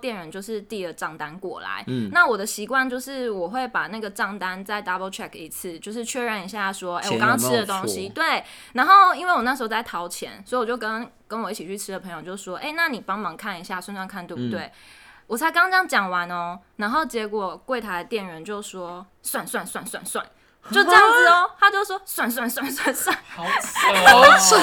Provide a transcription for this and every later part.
店员就是递了账单过来，那我的习惯就是我会把那个账单再 double check 一次，就是确认一下说，我刚刚吃的东西，对，然后因为我那时候在掏钱，所以我就跟我一起去吃的朋友就说，那你帮忙看一下，算看对不对？我才刚这样讲完哦，然后结果柜台的店员就说算，就这样子哦，他就说算， 好扯， 好扯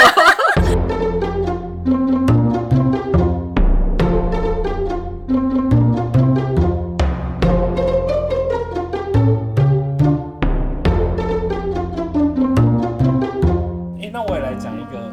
那我也来讲一个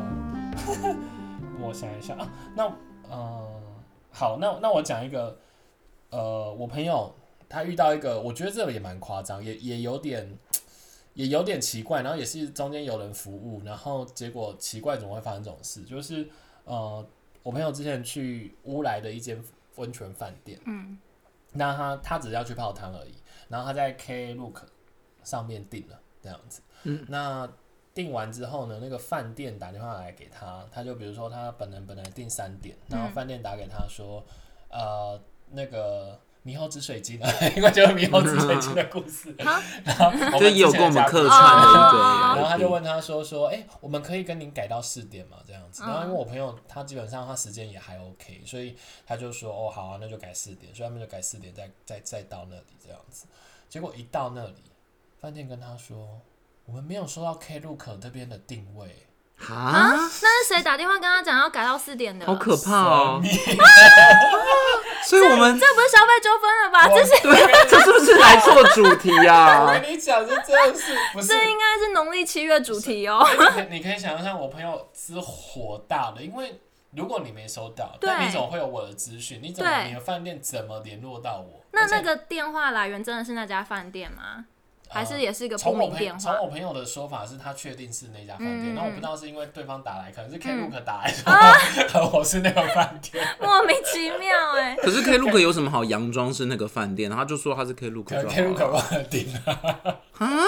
我想一下啊，好，那我讲一个我朋友他遇到一个，我觉得这个也蛮夸张，也有点奇怪，然后也是中间有人服务，然后结果奇怪怎么会发生这种事？就是我朋友之前去乌来的一间温泉饭店，那他只是要去泡汤而已，然后他在 Klook 上面订了这样子，那订完之后呢，那个饭店打电话来给他，他就比如说他本来订3点，然后饭店打给他说，那个猕猴紫水晶，因为就是猕猴紫水晶的故事，然后这也有跟我们客串的一个， 然后他就问他说，我们可以跟您改到4点嘛这样子，然后因为我朋友他基本上他时间也还 OK， 所以他就说好啊，那就改4点，所以他们就改4点再到那里这样子，结果一到那里，饭店跟他说，我们没有收到 Klook 这边的定位。 那是谁打电话跟他讲要改到4点的？ 好可怕哦！所以我们这不是消费纠纷了吧？ 这是不是来错主题啊？ 我跟你讲，这真的是不是？ 这应该是农历7月主题哦。 你可以想象我朋友之火大的，因为如果你没收到，那你怎么会有我的资讯？你的饭店怎么联络到我？ 那个电话来源真的是那家饭店吗？还是也是一个不明电话？ 从我朋友的说法是他确定是那家饭店，那我不知道是因为对方打来，可能是 Klook 打来说我是那个饭店， 莫名其妙哎。 可是 Klook 有什么好佯装是那个饭店？他就说他是 Klook， Klook 忘了订了。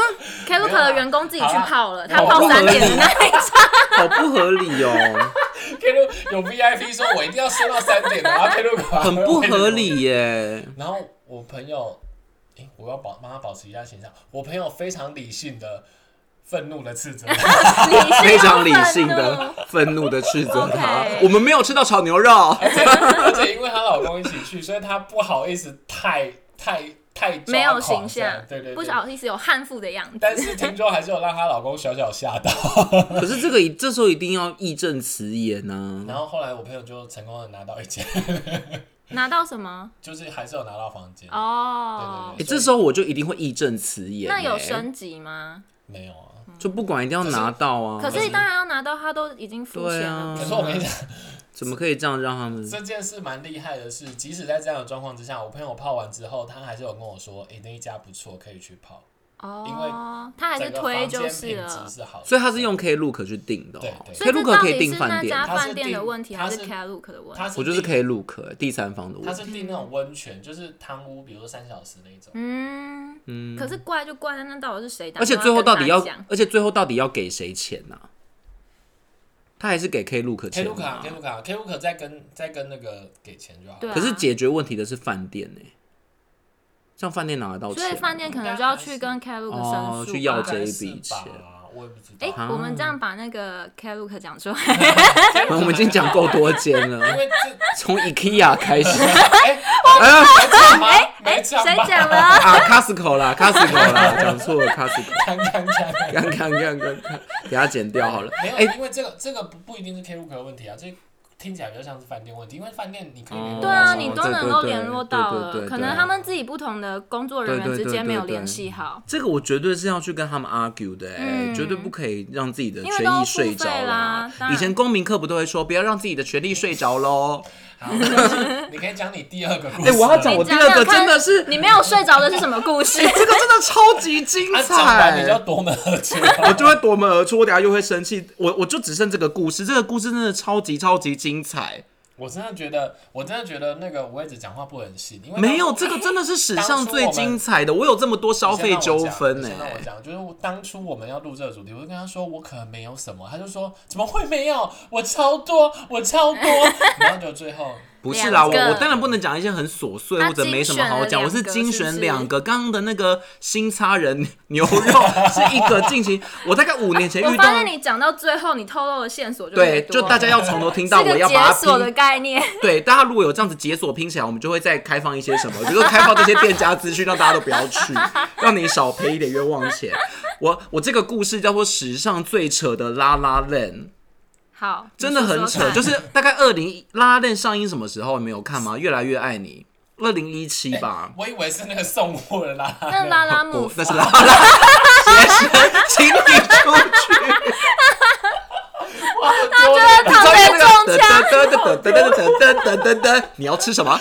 Klook 的员工自己去泡了，他泡3点的那一场， 好不合理哦。 Klook 有 VIP 说我一定要收到3点，然后 Klook 很不合理耶。 然后我朋友。我要帮他保持一下形象。我朋友非常理性的、愤怒的斥责他， 非常理性的、愤怒的斥责他。我们没有吃到炒牛肉， 而且因为她老公一起去，所以她不好意思太没有形象， 对， 不好意思有悍妇的样子。 但是听说还是有让她老公小小吓到。 可是这时候一定要义正辞严啊。 然后后来我朋友就成功的拿到一间。 拿到什么？ 就是还是有拿到房间哦。 对， 这时候我就一定会义正辞严。 那有升级吗？ 没有啊， 就不管一定要拿到啊。 可是当然要拿到，他都已经付钱了。 可是我跟你讲， 怎么可以这样让他们？ 这件事蛮厉害的是，即使在这样的状况之下，我朋友泡完之后，他还是有跟我说，那一家不错，可以去泡。因为他还是推就是了， 所以他是用 Klook 去订的。 对 ，Klook 可以订饭店。 那家饭店的问题还是 Klook 的问题？ 我就是 Klook 第三方的问题。 他是订那种温泉，就是汤屋，比如说3小时那种。可是怪就怪在那到底是谁打？ 而且最后到底要给谁钱呢？他还是给 Klook 钱。 Klook 再跟那个给钱就好。 可是解决问题的是饭店呢。像饭店拿得到钱， 所以饭店可能就要去跟 Klook 申诉， 去要这一笔钱。 我也不知道。 我们这样把那个 Klook 讲出来， 我们已经讲够多间了， 因为从 IKEA 开始。 谁讲了 ？Costco 啦，讲错了 Costco。刚，给他剪掉好了。 没有，因为这个不一定是 Klook 的问题啊，这听起来比较像是饭店问题，因为饭店你可以联络到。 对啊，你都能够联络到了，可能他们自己不同的工作人员之间没有联系好。 这个我绝对是要去跟他们 argue 的，绝对不可以让自己的权益睡着啦。以前公民课不都会说，不要让自己的权利睡着喽。 好，你可以讲你第2个故事。 我要讲我第2个，真的是你没有睡着的是什么故事？ 这个真的超级精彩。 你就要夺门而出， 我就会夺门而出，我等下又会生气。我就只剩这个故事，这个故事真的超级精彩。 我真的觉得那个我一直讲话不忍心，因为没有这个真的是史上最精彩的。我有这么多消费纠纷呢。 让我讲，就是当初我们要录这个主题，我就跟他说我可能没有什么，他就说怎么会没有？我超多，然后就最后不是啦，我当然不能讲一些很琐碎或者没什么好讲，我是精选2个。刚刚的那个新擦人牛肉是一个近期，我大概5年前遇到。 我发现你讲到最后，你透露的线索就对，就大家要从头听到，我要把它拼。 解锁的概念。 对，大家如果有这样子解锁拼起来，我们就会再开放一些什么，比如说开放这些店家资讯，让大家都不要去，让你少赔一点冤枉钱。我这个故事叫做史上最扯的La La Land。 好， 真的很扯，就是大概La La Land上映什么时候？你没有看吗？越来越爱你，2017吧。 我以为是那个送货的啦， 那拉拉木， 那是拉拉学生，请你出去。 他觉得躺在中枪。 你要吃什么？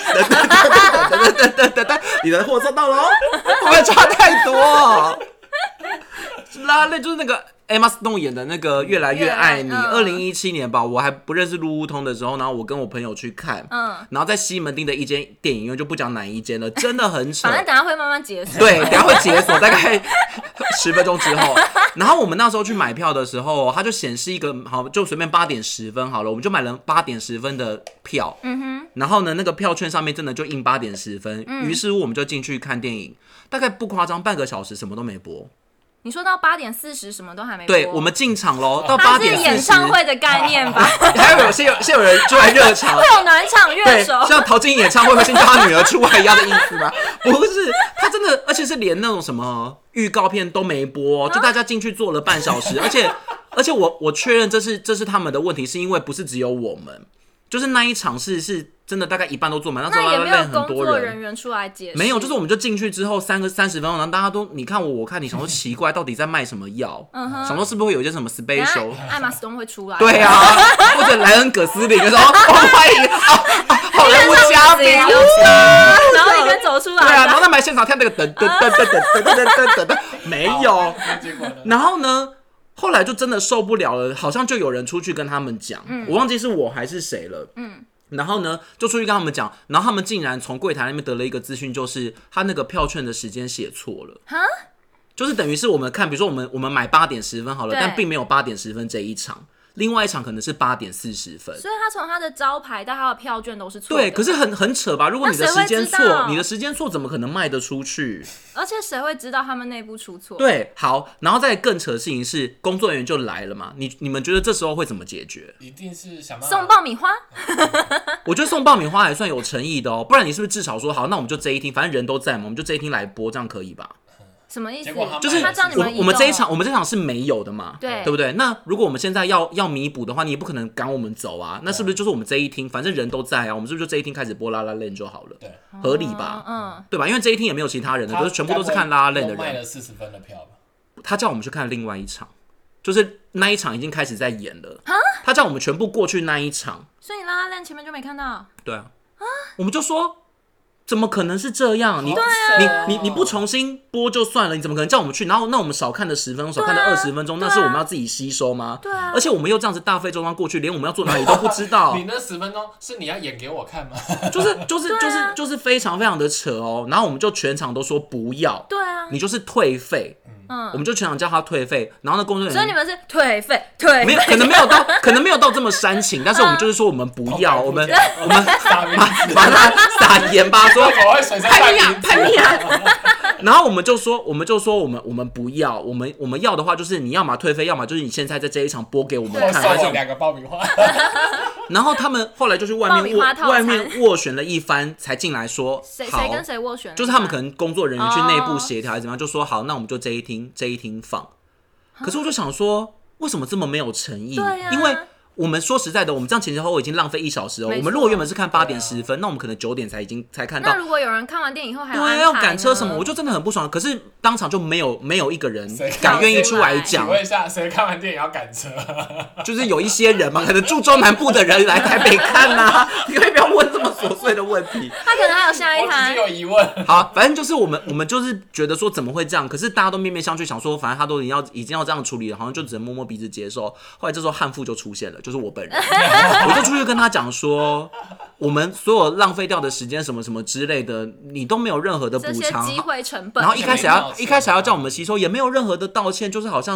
你的货收到了，会不会差太多？拉拉就是那个。Emma Stone 演的那个《越来越爱你》，2017年吧，我还不认识路乌通的时候，然后我跟我朋友去看，然后在西门町的一间电影院，就不讲哪一间了，真的很扯。 反正等一下会慢慢解锁。 对，等一下会解锁，大概10分钟之后。然后我们那时候去买票的时候，它就显示一个好，就随便8点10分好了，我们就买了8点10分的票。然后呢，那个票券上面真的就印8点10分，于是我们就进去看电影，大概不夸张，半个小时什么都没播。 你说到8点40什么都还没播， 对，我们进场喽，到8点40， 是演唱会的概念吧？ 还有先有人出来热场， 会有暖场乐手， 像陶晶莹演唱会会先叫他女儿出来一样的意思吗？不是，他真的，而且是连那种什么预告片都没播，就大家进去坐了半小时，而且我确认这是他们的问题，是因为不是只有我们，就是那一场是真的大概一半都坐满，那也没有很多工作人员出来解释， 没有，就是我们就进去之后30分钟，然后大家都你看我看你，想说奇怪，到底在卖什么药？想说是不是会有一些什么 special？ 艾玛斯东会出来， 对啊，或者莱恩·葛斯林的时候，欢迎好人物嘉宾， 然后一边走出来， 对啊，然后他们现场跳那个噔，没有，然后呢？后来就真的受不了了，好像就有人出去跟他们讲，我忘记是我还是谁了，然后呢就出去跟他们讲，然后他们竟然从柜台那边得了一个资讯，就是他那个票券的时间写错了，就是等于是我们看，比如说我们买8点10分好了，但并没有8点10分这一场。另外一场可能是8点40分， 所以他从他的招牌到他的票券都是错的。 对，可是很扯吧？如果你的时间错，你的时间错怎么可能卖得出去？ 而且谁会知道他们内部出错？ 对，好，然后再更扯的事情是，工作人员就来了嘛。你们觉得这时候会怎么解决？ 一定是想办法送爆米花。 我觉得送爆米花还算有诚意的哦，不然你是不是至少说好，那我们就这一厅，反正人都在嘛，我们就这一厅来播，这样可以吧？ 什么意思？ 就是我们这一场是没有的嘛， 对不对？那如果我们现在要弥补的话，你也不可能赶我们走啊。那是不是就是我们这一厅，反正人都在啊，我们是不是就这一厅开始播La La Land就好了？ 对， 合理吧？对吧？因为这一厅也没有其他人的，就是全部都是看La La Land的人。 卖了40分的票吧？ 他叫我们去看另外一场，就是那一场已经开始在演了。他叫我们全部过去那一场， 所以La La Land前面就没看到。 对啊，我们就说。怎么可能是这样？你不重新播就算了，你怎么可能叫我们去？然后那我们少看的10分钟，少看的20分钟，那是我们要自己吸收吗？ 对啊。 而且我们又这样子大费周章过去，连我们要坐哪里都不知道。 你那10分钟是你要演给我看吗？ 就是非常非常的扯哦。然后我们就全场都说不要， 对啊， 你就是退费。我们就全场叫他退费，然后那工作人员， 所以你们是退费， 没有，可能没有到这么煽情，但是我们就是说我们不要，我们把他撒盐巴，说叛逆啊，然后我们就说我们不要，我们要的话就是你要嘛退费，要么就是你现在在这一场播给我们看， 还是2个爆米花。 然后他们后来就去外面斡旋了一番，才进来说谁跟谁斡旋， 就是他们可能工作人员去内部协调还是怎么样，就说好，那我们就这一厅放。可是我就想说，为什么这么没有诚意？因为我们说实在的，我们这样前前后后已经浪费1小时哦。我们如果原本是看8点10分，那我们可能9点才看到。 那如果有人看完电影以后还要赶车什么，我就真的很不爽。可是当场就没有一个人敢愿意出来讲。 请问一下，谁看完电影要赶车？ 就是有一些人嘛，可能住中南部的人来台北看啊。你可以不要问这么琐碎的问题。 他可能还有下一台。 我只有疑问。 好，反正就是我们就是觉得说怎么会这样？可是大家都面面相觑，想说反正他都已经要这样处理了，好像就只能摸摸鼻子接受。后来这时候汉父就出现了，就是我本人。我就出去跟他讲说，我们所有浪费掉的时间什么什么之类的，你都没有任何的补偿， 这些机会成本。 然后一开始还要叫我们吸收，也没有任何的道歉，就是好像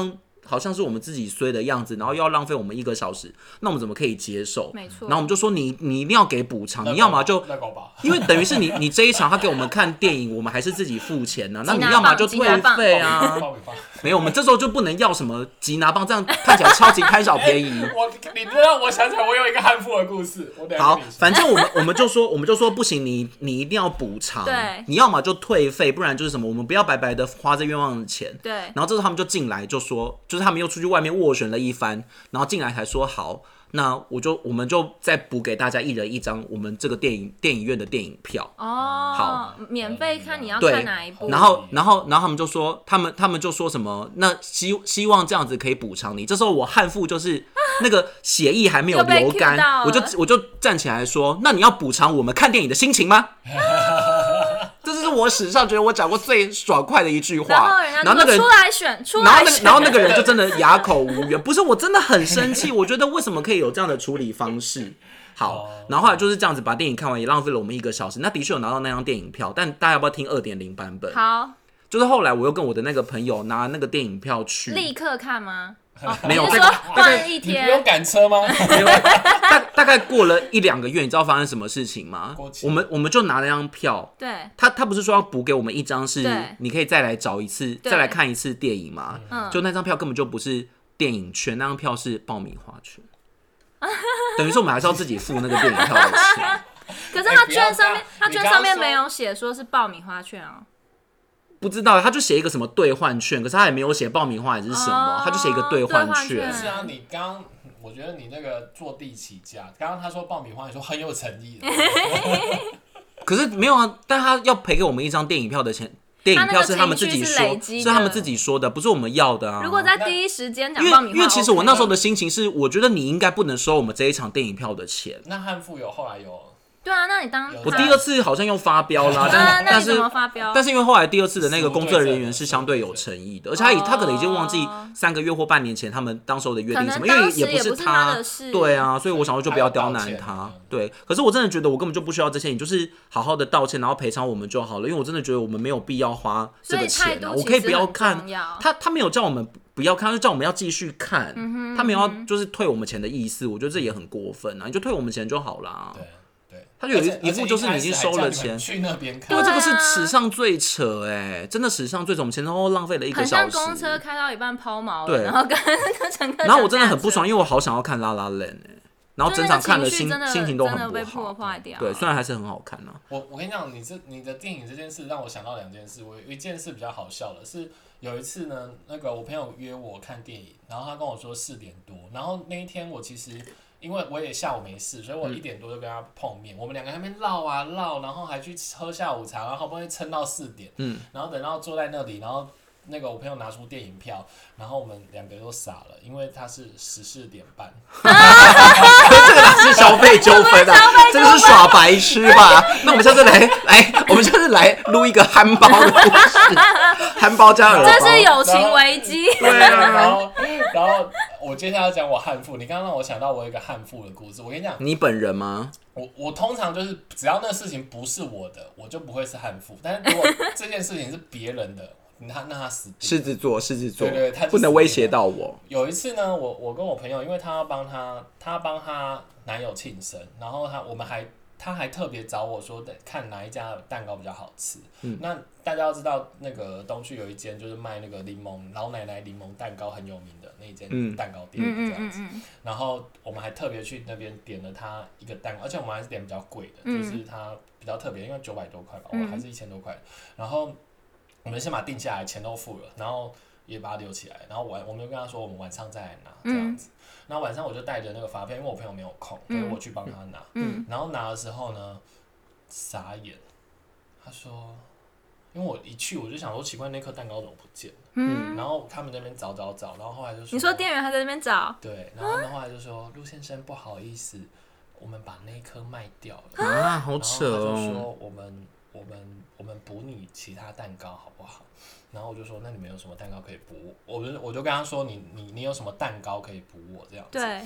好像是我们自己衰的样子，然后又要浪费我们1个小时，那我们怎么可以接受？ 没错。 然后我们就说你一定要给补偿，你要么就因为等于是你这一场他给我们看电影，我们还是自己付钱呢、那你要么就退费啊。没有，我们这时候就不能要什么吉拿棒，这样看起来超级贪小便宜。 你知道我想起来，我有一个悍妇的故事。 好，反正我们就说不行，你一定要补偿， 对， 你要么就退费，不然就是什么，我们不要白白的花这冤枉的钱。 对。 然后这时候他们就进来就说，就是他们又出去外面斡旋了一番，然后进来才说好。那我们就再补给大家1人1张我们这个电影院的电影票哦， 好， 免费看你要看哪一部？ 然后他们就说他们就说什么？那希望这样子可以补偿你。这时候我悍妇就是那个血液还没有流干，我就站起来说，那你要补偿我们看电影的心情吗？这是我史上觉得我讲过最爽快的一句话。 然后那个人出来选， 然后那个人就真的哑口无言。不是，我真的很生气，我觉得为什么可以有这样的处理方式？好，然后后来就是这样子把电影看完，也浪费了我们1个小时。那的确有拿到那张电影票，但大家要不要听 2.0 版本？ 好， 就是后来我又跟我的那个朋友拿那个电影票去， 立刻看吗？ 没有， 你说换一天， 你不用赶车吗？ 没有，大概过了1-2个月，你知道发生什么事情吗？我们就拿了张票， 对， 他不是说要补给我们1张，是你可以再来找一次，再来看一次电影吗？就那张票根本就不是电影券，那张票是爆米花券，等于说我们还是要自己付那个电影票的钱。 可是他券上面没有写说是爆米花券啊。 不知道，他就写一个什么兑换券，可是他也没有写爆米花还是什么，他就写一个兑换券。 是啊，你刚我觉得你那个坐地起价，刚刚他说爆米花，你说很有诚意。 可是没有啊，但他要赔给我们1张电影票的钱，电影票是他们自己说，是他们自己说的，不是我们要的啊。 如果在第一时间讲爆米花， 因为其实我那时候的心情是，我觉得你应该不能收我们这一场电影票的钱。 那悍妇后来有。 对啊，那你我第2次好像用发飙啦，但是因为后来第2次的那个工作人员是相对有诚意的，而且他可能已经忘记3个月或半年前他们当时候的约定什么，因为也不是他的事，对啊，所以我想说就不要刁难他，对。可是我真的觉得我根本就不需要这些，你就是好好的道歉，然后赔偿我们就好了，因为我真的觉得我们没有必要花这个钱啊，我可以不要看，他没有叫我们不要看，他就叫我们要继续看，他没有要就是退我们钱的意思，我觉得这也很过分啊，你就退我们钱就好啦。他就有一副就是你已经收了钱去那边看， 因为这个是史上最扯真的史上最扯，我们前后浪费了1个小时， 很像公车开到一半抛锚了，然后跟乘客， 然后我真的很不爽，因为我好想要看拉拉链然后整场看了心情都很不好，对，虽然还是很好看啊。 我跟你讲，你的电影这件事让我想到2件事。我有一件事比较好笑的是，有一次呢，那个我朋友约我看电影，然后他跟我说4点多，然后那一天我其实。因为我也下午没事，所以我1点多就跟他碰面。我们2个在那边唠啊唠，然后还去喝下午茶，然后好不容易撑到4点。然后等到坐在那里，然后那个我朋友拿出电影票，然后我们2个都傻了，因为他是14点半。 这个哪是消费纠纷啊？这个是耍白痴吧？那我们下次我们下次来录一个憨包的故事，憨包加耳包， 这是友情危机。 对啊， 然后我接下来要讲我悍妇，你刚刚让我想到我有一个悍妇的故事。我跟你讲， 你本人吗？ 我通常就是只要那事情不是我的，我就不会是悍妇。但是如果这件事情是别人的，那他死定了。狮子座， 对，他不能威胁到我。 有一次呢，我跟我朋友，因为他要帮他男友庆生，然后他还特别找我说看哪一家蛋糕比较好吃。那大家要知道，那个东区有一间就是卖那个老奶奶柠檬蛋糕很有名的那一间蛋糕店这样子。然后我们还特别去那边点了他一个蛋糕，而且我们还是点比较贵的，就是它比较特别，因为900多块吧，还是1000多块。然后我们先把它定下来，钱都付了，然后也把它留起来，然后我们就跟他说我们晚上再来拿这样子。然后晚上我就带着那个发票，因为我朋友没有空，所以我去帮他拿。然后拿的时候呢，傻眼。他说，因为我一去我就想说奇怪那颗蛋糕怎么不见了？然后他们那边找，然后后来就说， 你说店员还在那边找？ 对，然后他们后来就说，陆先生不好意思，我们把那颗卖掉了啊，好扯哦。 然后他就说我们补你其他蛋糕好不好？然后我就说那你们有什么蛋糕可以补我？我就跟他说你有什么蛋糕可以补我这样子？ 对。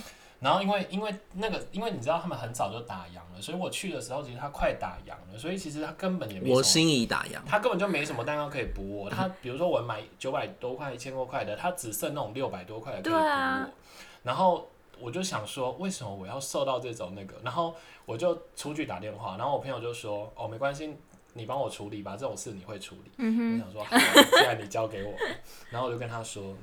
然后因为你知道他们很早就打烊了，所以我去的时候其实他快打烊了，所以其实他根本也没什么， 我心已打烊， 他根本就没什么蛋糕可以补我。他比如说我买900多块、1000多块的，他只剩那种600多块的可以补我。然后我就想说，为什么我要受到这种那个？然后我就出去打电话，然后我朋友就说：“哦，没关系，你帮我处理吧，这种事你会处理。”我想说，好，既然你交给我，然后我就跟他说，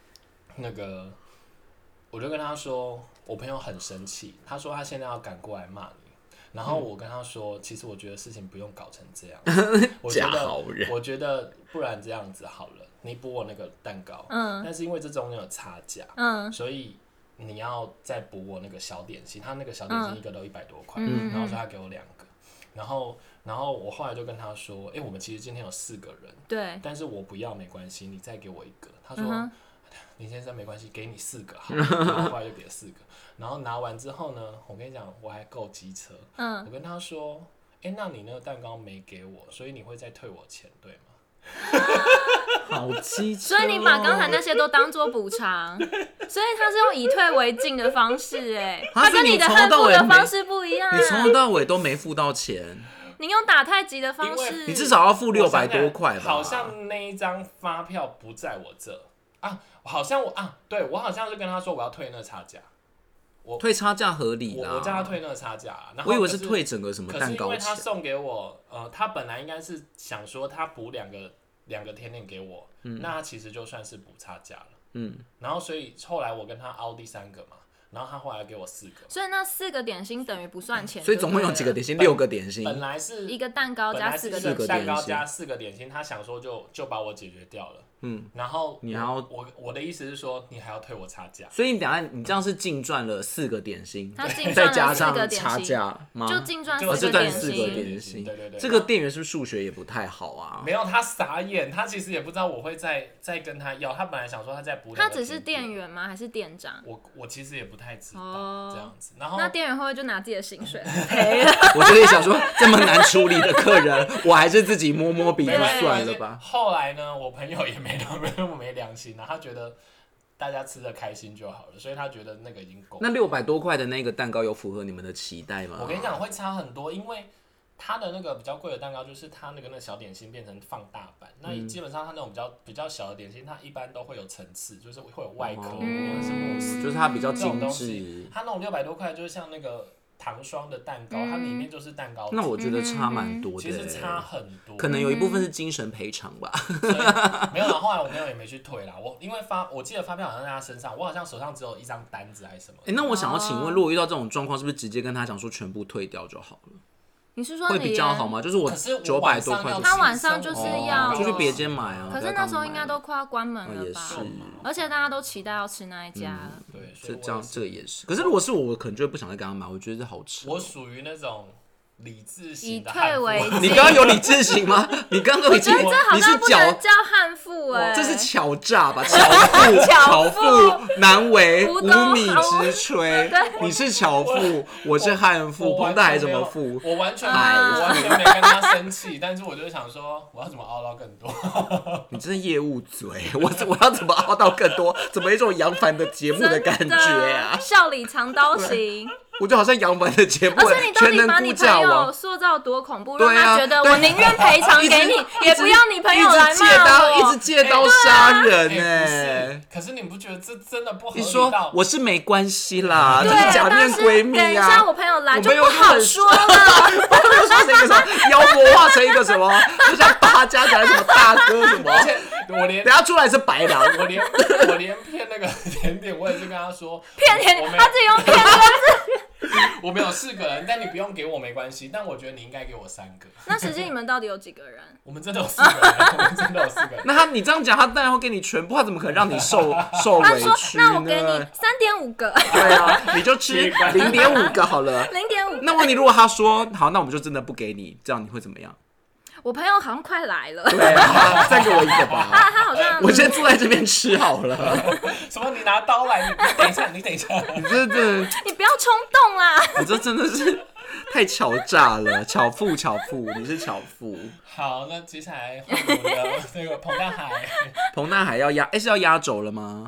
我就跟他说，我朋友很生气，他说他现在要赶过来骂你。然后我跟他说，其实我觉得事情不用搞成这样，我觉得不然这样子好了，你补我那个蛋糕，但是因为这中间有差价，所以你要再补我那个小点心，他那个小点心一个都100多块，然后说他给我2个，然后我后来就跟他说，我们其实今天有4个人， 对， 但是我不要没关系，你再给我1个。他说，林先生没关系，给你4个好了，然后后来就给了4个。然后拿完之后呢，我跟你讲，我还够机车。我跟他说，那你那个蛋糕没给我，所以你会再退我钱，对吗？ 好机车。 所以你把刚才那些都当做补偿，所以他是用以退为进的方式，他跟你的恨付的方式不一样。 你从头到尾都没付到钱。 你用打太极的方式， 你至少要付600多块吧？ 好像那一张发票不在我这啊，好像对我好像是跟他说我要退那差价。 退差价合理啦， 我叫他退那个差价，然后我以为是退整个什么蛋糕钱。 可是因为他送给我，他本来应该是想说他补2个甜点给我，那他其实就算是补差价了，然后所以后来我跟他凹第3个嘛，然后他后来给我4个， 所以那4个点心等于不算钱， 所以总共有几个点心？6个点心， 本来是一个蛋糕加4个点心， 蛋糕加4个点心，他想说就把我解决掉了。然后你还要我的意思是说，你还要退我差价， 所以你等下你这样是净赚了4个点心， 他净赚了4个点心， 再加上差价吗？ 就净赚4 个点心。 对， 这个店员是不是数学也不太好啊？ 没有，他傻眼，他其实也不知道我会再跟他要，他本来想说他再补2个。 他只是店员吗？还是店长？ 我其实也不太知道这样子。然后那店员会不会就拿自己的薪水来赔了？ 我就在想说，这么难处理的客人，我还是自己摸摸鼻子算了吧。 后来呢，我朋友也没那么没良心了，他觉得大家吃的开心就好了，所以他觉得那个已经够了。 那600多块的那个蛋糕有符合你们的期待吗？ 我跟你讲，会差很多，因为他的那个比较贵的蛋糕，就是他那个小点心变成放大版。那基本上他那种比较小的点心，它一般都会有层次，就是会有外壳，是慕斯， 就是它比较精致。 它那种600多块，就是像那个糖霜的蛋糕，它里面就是蛋糕。 那我觉得差蛮多的， 其实差很多， 可能有一部分是精神赔偿吧。 没有啦，后来我朋友也没去退啦。因为我记得发票好像在他身上，我好像手上只有1张单子还是什么。 那我想要请问，如果遇到这种状况，是不是直接跟他讲说全部退掉就好了？ 你是说会比较好吗？就是我900多块， 他晚上就是要出去别间买啊。 可是那时候应该都快要关门了吧？ 也是， 而且大家都期待要吃那一家。 对， 这样这个也是。可是如果是我可能就会不想再跟他买，我觉得这好吃。 我属于那种理智型的以退为进。 你刚刚有理智型吗？你刚刚已经你是叫悍妇这是巧诈吧？巧妇难为无米之炊。你是巧妇，我是悍妇，彭大海怎么妇？ 我完全没跟他生气，但是我就想说，我要怎么凹到更多？ 你真的业务嘴，我要怎么凹到更多？怎么有一种杨凡的节目的感觉啊？ 笑里藏刀行。 我就好像杨凡的节目， 而且你到底把你朋友塑造多恐怖，让他觉得我宁愿赔偿给你，也不要你朋友来骂我， 一直借刀杀人可是你不觉得这真的不合理？ 你说我是没关系啦，这是假面闺蜜啊。 等一下我朋友来就不好说了。 我朋友说成一个什么妖魔化成一个什么，就像八家讲什么大哥什么。 我连等下出来是白狼， 我连骗那个甜点，我也是跟他说骗甜点，他自己用骗这个字。 我们有4个人，但你不用给我没关系，但我觉得你应该给我3个。 那实际你们到底有几个人？ 我们真的有4个人，我们真的有4个人。 那你这样讲，他当然会给你全部，他怎么可能让你受委屈呢？ 那我给你3.5个。 对啊，你就吃0.5个好了。 0.5。 那问题如果他说好，那我们就真的不给你，这样你会怎么样？ 我朋友好像快来了。 对啊，再给我一个吧。 他好像， 我先坐在这边吃好了。 什么？你拿刀来？你等一下，你真的，你不要冲动啦！ 你这真的是太巧诈了，巧妇，你是巧妇。 好，那接下来换我的那个彭大海。 彭大海要压，是要压轴了吗？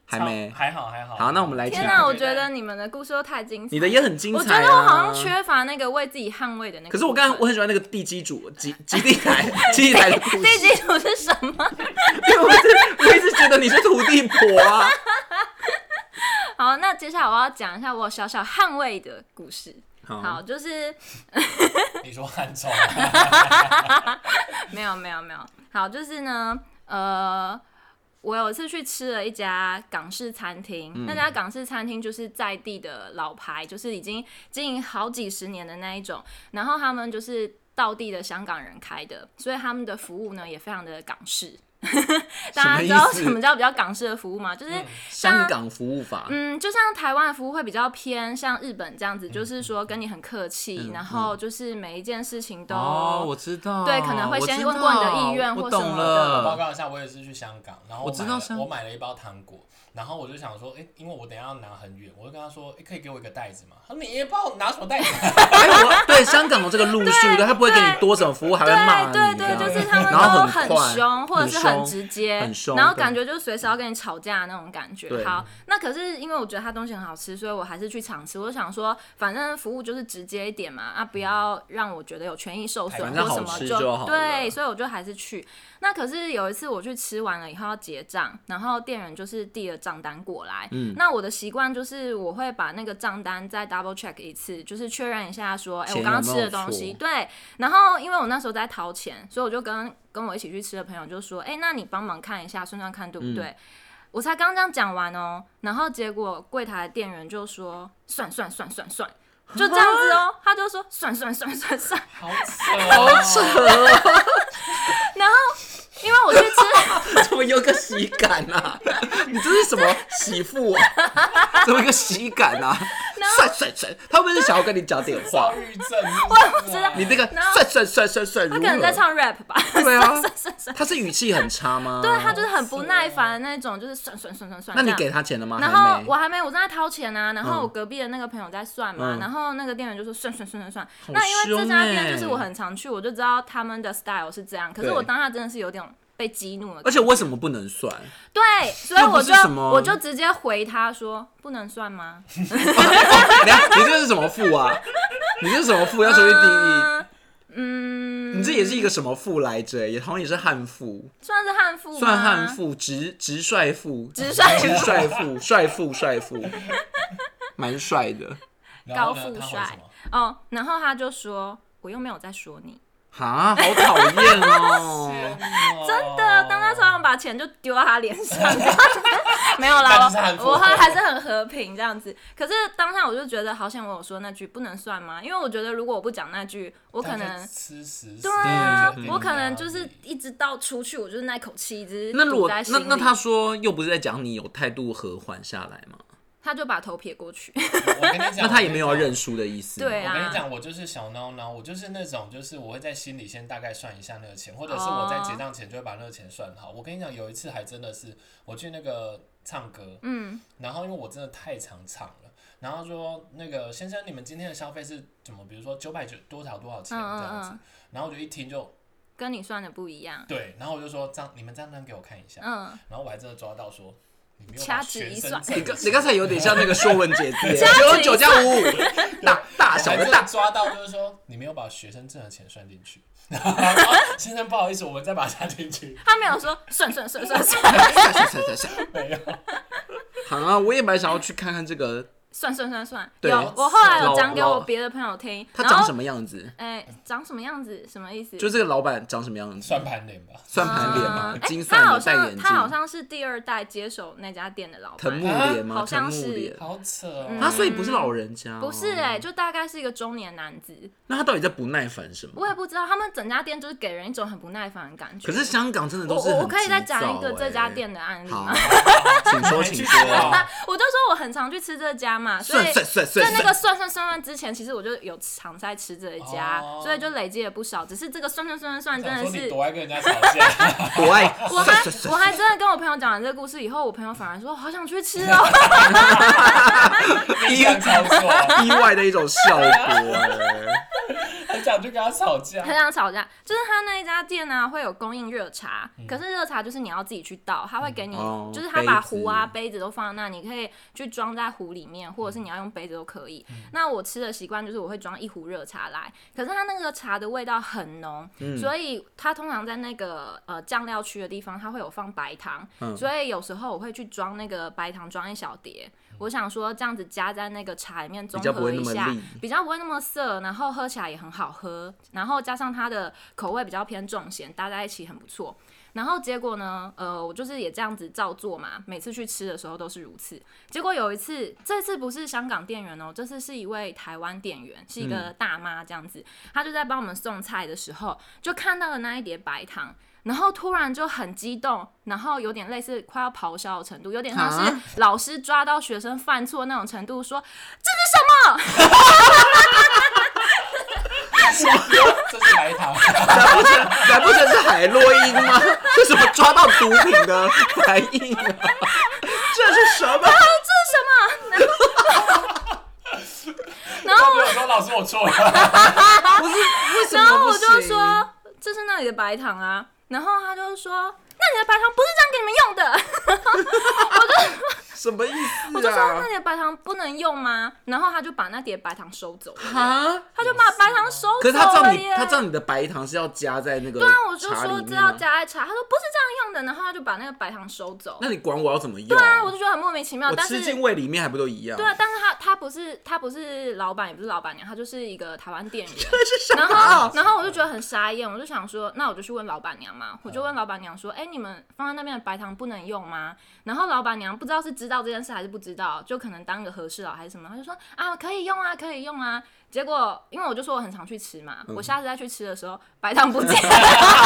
还没， 还好。 好，那我们来讲。 天哪，我觉得你们的故事都太精彩， 你的也很精彩、啊。 我觉得我好像缺乏那个为自己捍卫的那个。 可是我刚刚我很喜欢那个地基主基地台的故事。 地基主是什么？ 因为我一直觉得你是土地婆啊。 好，那接下来我要讲一下我小小捍卫的故事。好，就是你说汉中？ 没有。好，就是呢，我有一次去吃了一家港式餐厅，那家港式餐厅就是在地的老牌，就是已经经营好几十年的那一种，然后他们就是道地的香港人开的，所以他们的服务呢也非常的港式。大家知道什么叫比较港式的服务吗？就是香港服务法。 就像台湾的服务会比较偏像日本这样子，就是说跟你很客气，然后就是每一件事情都我知道， 对，可能会先问过你的意愿或什么的。 我报告一下，我也是去香港，然后我买了一包糖果，然后我就想说，因为我等一下要拿很远，我就跟他说，可以给我一个袋子吗？他说你也不知道拿什么袋子。 对，香港有这个路数的，他不会给你多什么服务，还会骂你。 对，就是他们都很凶，或者是很直接，然后感觉就随时要跟你吵架的那种感觉。好，那可是因为我觉得它东西很好吃，所以我还是去尝试。我就想说，反正服务就是直接一点嘛，不要让我觉得有权益受损或什么就对，所以我就还是去。那可是有一次我去吃完了以后要结账，然后店员就是递了账单过来。那我的习惯就是我会把那个账单再 double check 一次，就是确认一下说，我刚刚吃的东西对。然后因为我那时候在掏钱，所以我就跟我一起去吃的朋友就说，那你帮忙看一下，算看对不对？我才刚这样讲完哦，然后结果柜台的店员就说算，就这样子哦，他就说算， 好扯， 然后因为我去吃， 怎么有个喜感啊？你这是什么媳妇啊？怎么一个喜感啊？帅，他会不会是想要跟你讲点话？ 我不知道， 你那个帅， 他可能在唱 rap 吧？ 对啊，他是语气很差吗？ 对，他就是很不耐烦的那种，就是算。 那你给他钱了吗？ 然后我还没，我正在掏钱啊。然后我隔壁的那个朋友在算嘛，然后那个店员就说算。那因为这家店就是我很常去，我就知道他们的 style 是这样。可是我当下真的是有点被激怒了。 而且为什么不能算？ 对，所以我就直接回他说不能算吗？ 你这是什么父啊？你这是什么父？要重新定义。你这也是一个什么父来着？也好像也是悍妇， 算是悍妇吗？ 算悍妇，直率妇，帅妇，蛮帅的， 高富帅。然后他就说，我又没有在说你。 好讨厌哦！ 真的，当他常常把钱就丢到他脸上，没有啦，我还是很和平这样子。可是当下我就觉得，好像我有说那句不能算吗？因为我觉得如果我不讲那句，我可能对啊，我可能就是一直到出去，我就是那口气一直堵在心里。 那他说又不是在讲你有态度和缓下来吗？ 他就把头撇过去。 我跟你讲， 那他也没有要认输的意思。 对啊， 我跟你讲，我就是小孬孬，我就是那种，就是我会在心里先大概算一下那个钱，或者是我在结账前就会把那个钱算好。我跟你讲，有一次还真的是我去那个唱歌，然后因为我真的太常唱了，然后说那个先生，你们今天的消费是怎么？比如说900多少钱这样子，然后我就一听就跟你算的不一样。 对，然后我就说你们账单给我看一下，然后我还真的抓到说。 掐指一算， 你刚才有点像那个说文解字，9+5，大小的大， 抓到就是说你没有把学生证的钱算进去，先生不好意思，我们再把它加进去。 他没有说算， 没有。 好啊，我也蛮想要去看看这个。 算，有，我后来有讲给我别的朋友听。 他长什么样子？ 长什么样子？什么意思？ 就这个老板长什么样子？ 算盘脸吧， 算盘脸嘛，金算的戴眼镜。 他好像是第2代接手那家店的老板。 藤木脸吗？ 好像是。 好扯哦。 他所以不是老人家。 不是就大概是一个中年男子。 那他到底在不耐烦什么？ 我也不知道，他们整家店就是给人一种很不耐烦的感觉。 可是香港真的都是很我可以再讲一个这家店的案例吗？ 请说。 我就说我很常去吃这家嘛，所以。在那个算之前，其实我就有常在吃这一家，所以就累积了不少。只是这个算真的是你多爱跟人家吵架， 多爱。 我还真的跟我朋友讲完这个故事以后，我朋友反而说好想去吃哦。 意外的一种效果。 很想去跟他吵架， 很想吵架。就是他那一家店呢、会有供应热茶，可是热茶就是你要自己去倒，他会给你，就是他把壶啊杯子都放在那，你可以去装在壶里面，或者是你要用杯子都可以。那我吃的习惯就是我会装一壶热茶来，可是它那个茶的味道很浓，所以它通常在那个酱料区的地方，它会有放白糖，所以有时候我会去装那个白糖，装一小碟。我想说这样子加在那个茶里面综合一下，比较不会那么涩，然后喝起来也很好喝，然后加上它的口味比较偏重咸，搭在一起很不错。然后结果呢，我就是也这样子照做嘛，每次去吃的时候都是如此。结果有一次，这次不是香港店员哦，这次是一位台湾店员，是一个大妈这样子，她就在帮我们送菜的时候，就看到了那一碟白糖。然后突然就很激动，然后有点类似快要咆哮的程度，有点像是老师抓到学生犯错那种程度，说这是什么？ 这是白糖， 难不成是海洛因吗？为什么抓到毒品的反应啊？这是什么？ 这是什么？然后我说老师我错了， 不是为什么？ 然后我就说这是那里的白糖啊。然后他就说：“那你的白糖不是这样给你们用的。”我就什么意思啊？ 我就说：“那你的白糖不能用吗？”然后他就把那碟白糖收走了。 哈， 他就把白糖收走了耶。 可是他知道你的白糖是要加在那个对啊，我就茶里面说这要加在茶，他说不是这样用的，然后他就把那个白糖收走。 那你管我要怎么用？ 对啊，我就觉得很莫名其妙。 我吃进胃里面还不都一样？ 对啊，但是他不是老板，也不是老板娘，他就是一个台湾店员。 这是什么？然后我就觉得很傻眼，我就想说，那我就去问老板娘嘛，我就问老板娘说，你们放在那边的白糖不能用吗？然后老板娘不知道是知道这件事还是不知道，就可能当个和事佬还是什么，他就说啊可以用啊，可以用啊。结果因为我就说我很常去吃嘛，我下次再去吃的时候，白糖不见了。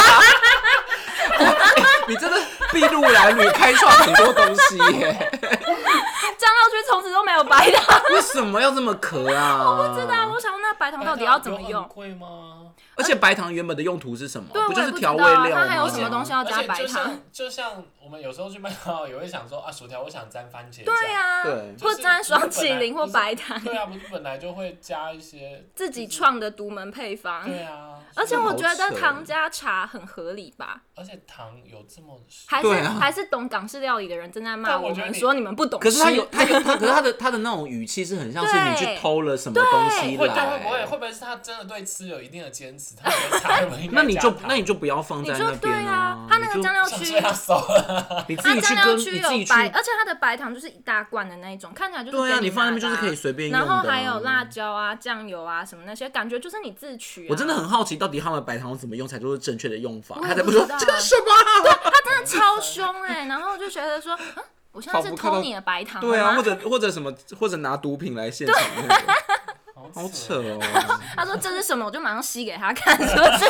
你真的筚路蓝缕，开创很多东西耶。 酱料区从此都没有白糖。 为什么要这么咳啊？ 我不知道，我想那白糖到底要怎么用？ 贵吗？ 而且白糖原本的用途是什么？ 对， 不就是调味料吗？ 它还有什么东西要加白糖？ 就像我们有时候去麦当劳也会想说啊，薯条我想沾番茄酱， 对啊， 对， 或沾双麒麟或白糖。 对啊，不是本来就会加一些自己创的独门配方。 对啊， 而且我觉得糖加茶很合理吧。 而且糖有这么还是懂港式料理的人正在骂我们说你们不懂吃。 可是他的那种语气是很像是你去偷了什么东西来。 会不会是他真的对吃有一定的坚持？他觉得茶那你就不要放在那边啊。 他那个酱料区， 你自己去跟你自己去， 而且它的白糖就是一大罐的那一种，看起来就是对啊，你放那边就是可以随便用的。 然后还有辣椒啊、酱油啊什么那些，感觉就是你自取。 我真的很好奇，到底他们白糖怎么用才都是正确的用法？他才不说这是什么？ 对，他真的超凶然后就觉得说，我现在是偷你的白糖。 对啊，或者什么，或者拿毒品来现场。好扯哦！ 他说这是什么，我就马上吸给他看，是不是？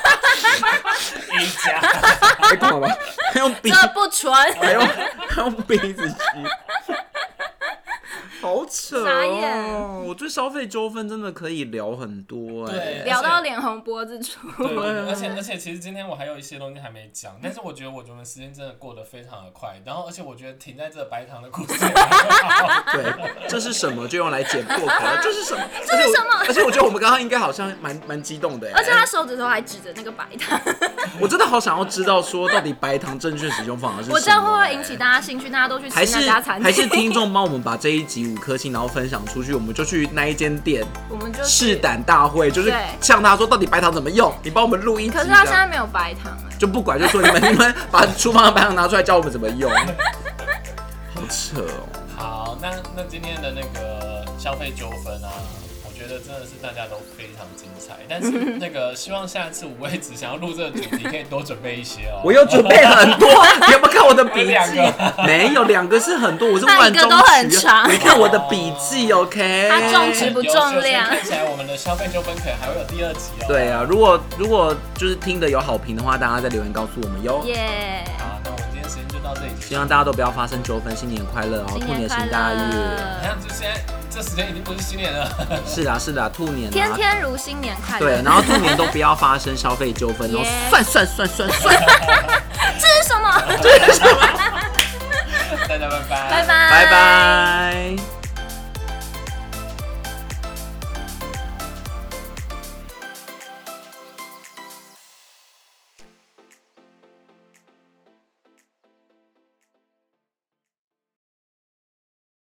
干嘛？还用鼻？ 这不纯。 还用鼻子吸。好扯哦！我对消费纠纷真的可以聊很多聊到脸红脖子粗。 对，而且其实今天我还有一些东西还没讲，但是我觉得我们时间真的过得非常的快，然后而且我觉得停在这白糖的故事。 对，这是什么就用来解破开了，这是什么？ 这是什么？ 而且我觉得我们刚刚应该好像蛮激动的， 而且他手指头还指着那个白糖。 我真的好想要知道说到底白糖正确使用方法是什么？ 我这样会不会引起大家兴趣？大家都去吃那家餐厅？ 还是听众帮我们把这一集5颗星，然后分享出去，我们就去那一间店， 我们就试胆大会，就是向他说到底白糖怎么用，你帮我们录音。 可是他现在没有白糖就不管，就说你们把厨房的白糖拿出来教我们怎么用。好扯哦。 好，那今天的那个消费纠纷啊，我觉得真的是大家都非常精彩，但是那个希望下一次5位只想要录这个主题，可以多准备一些哦。 我又准备很多，你有没有看我的笔记？没有，2个是很多，我是万中取。你看我的笔记 ，OK？ 它重质不重量。 看起来我们的消费纠纷可能还会有第2集哦。 对啊，如果就是听的有好评的话，大家在留言告诉我们哟。 耶！ 好，那我们今天时间就到这里。 希望大家都不要发生纠纷，新年快乐哦！兔年行大运。 你看，现在这时间已经不是新年了。 是的，兔年天天如新年快乐。 对，然后兔年都不要发生消费纠纷，然后算。 这是什么？ 这是什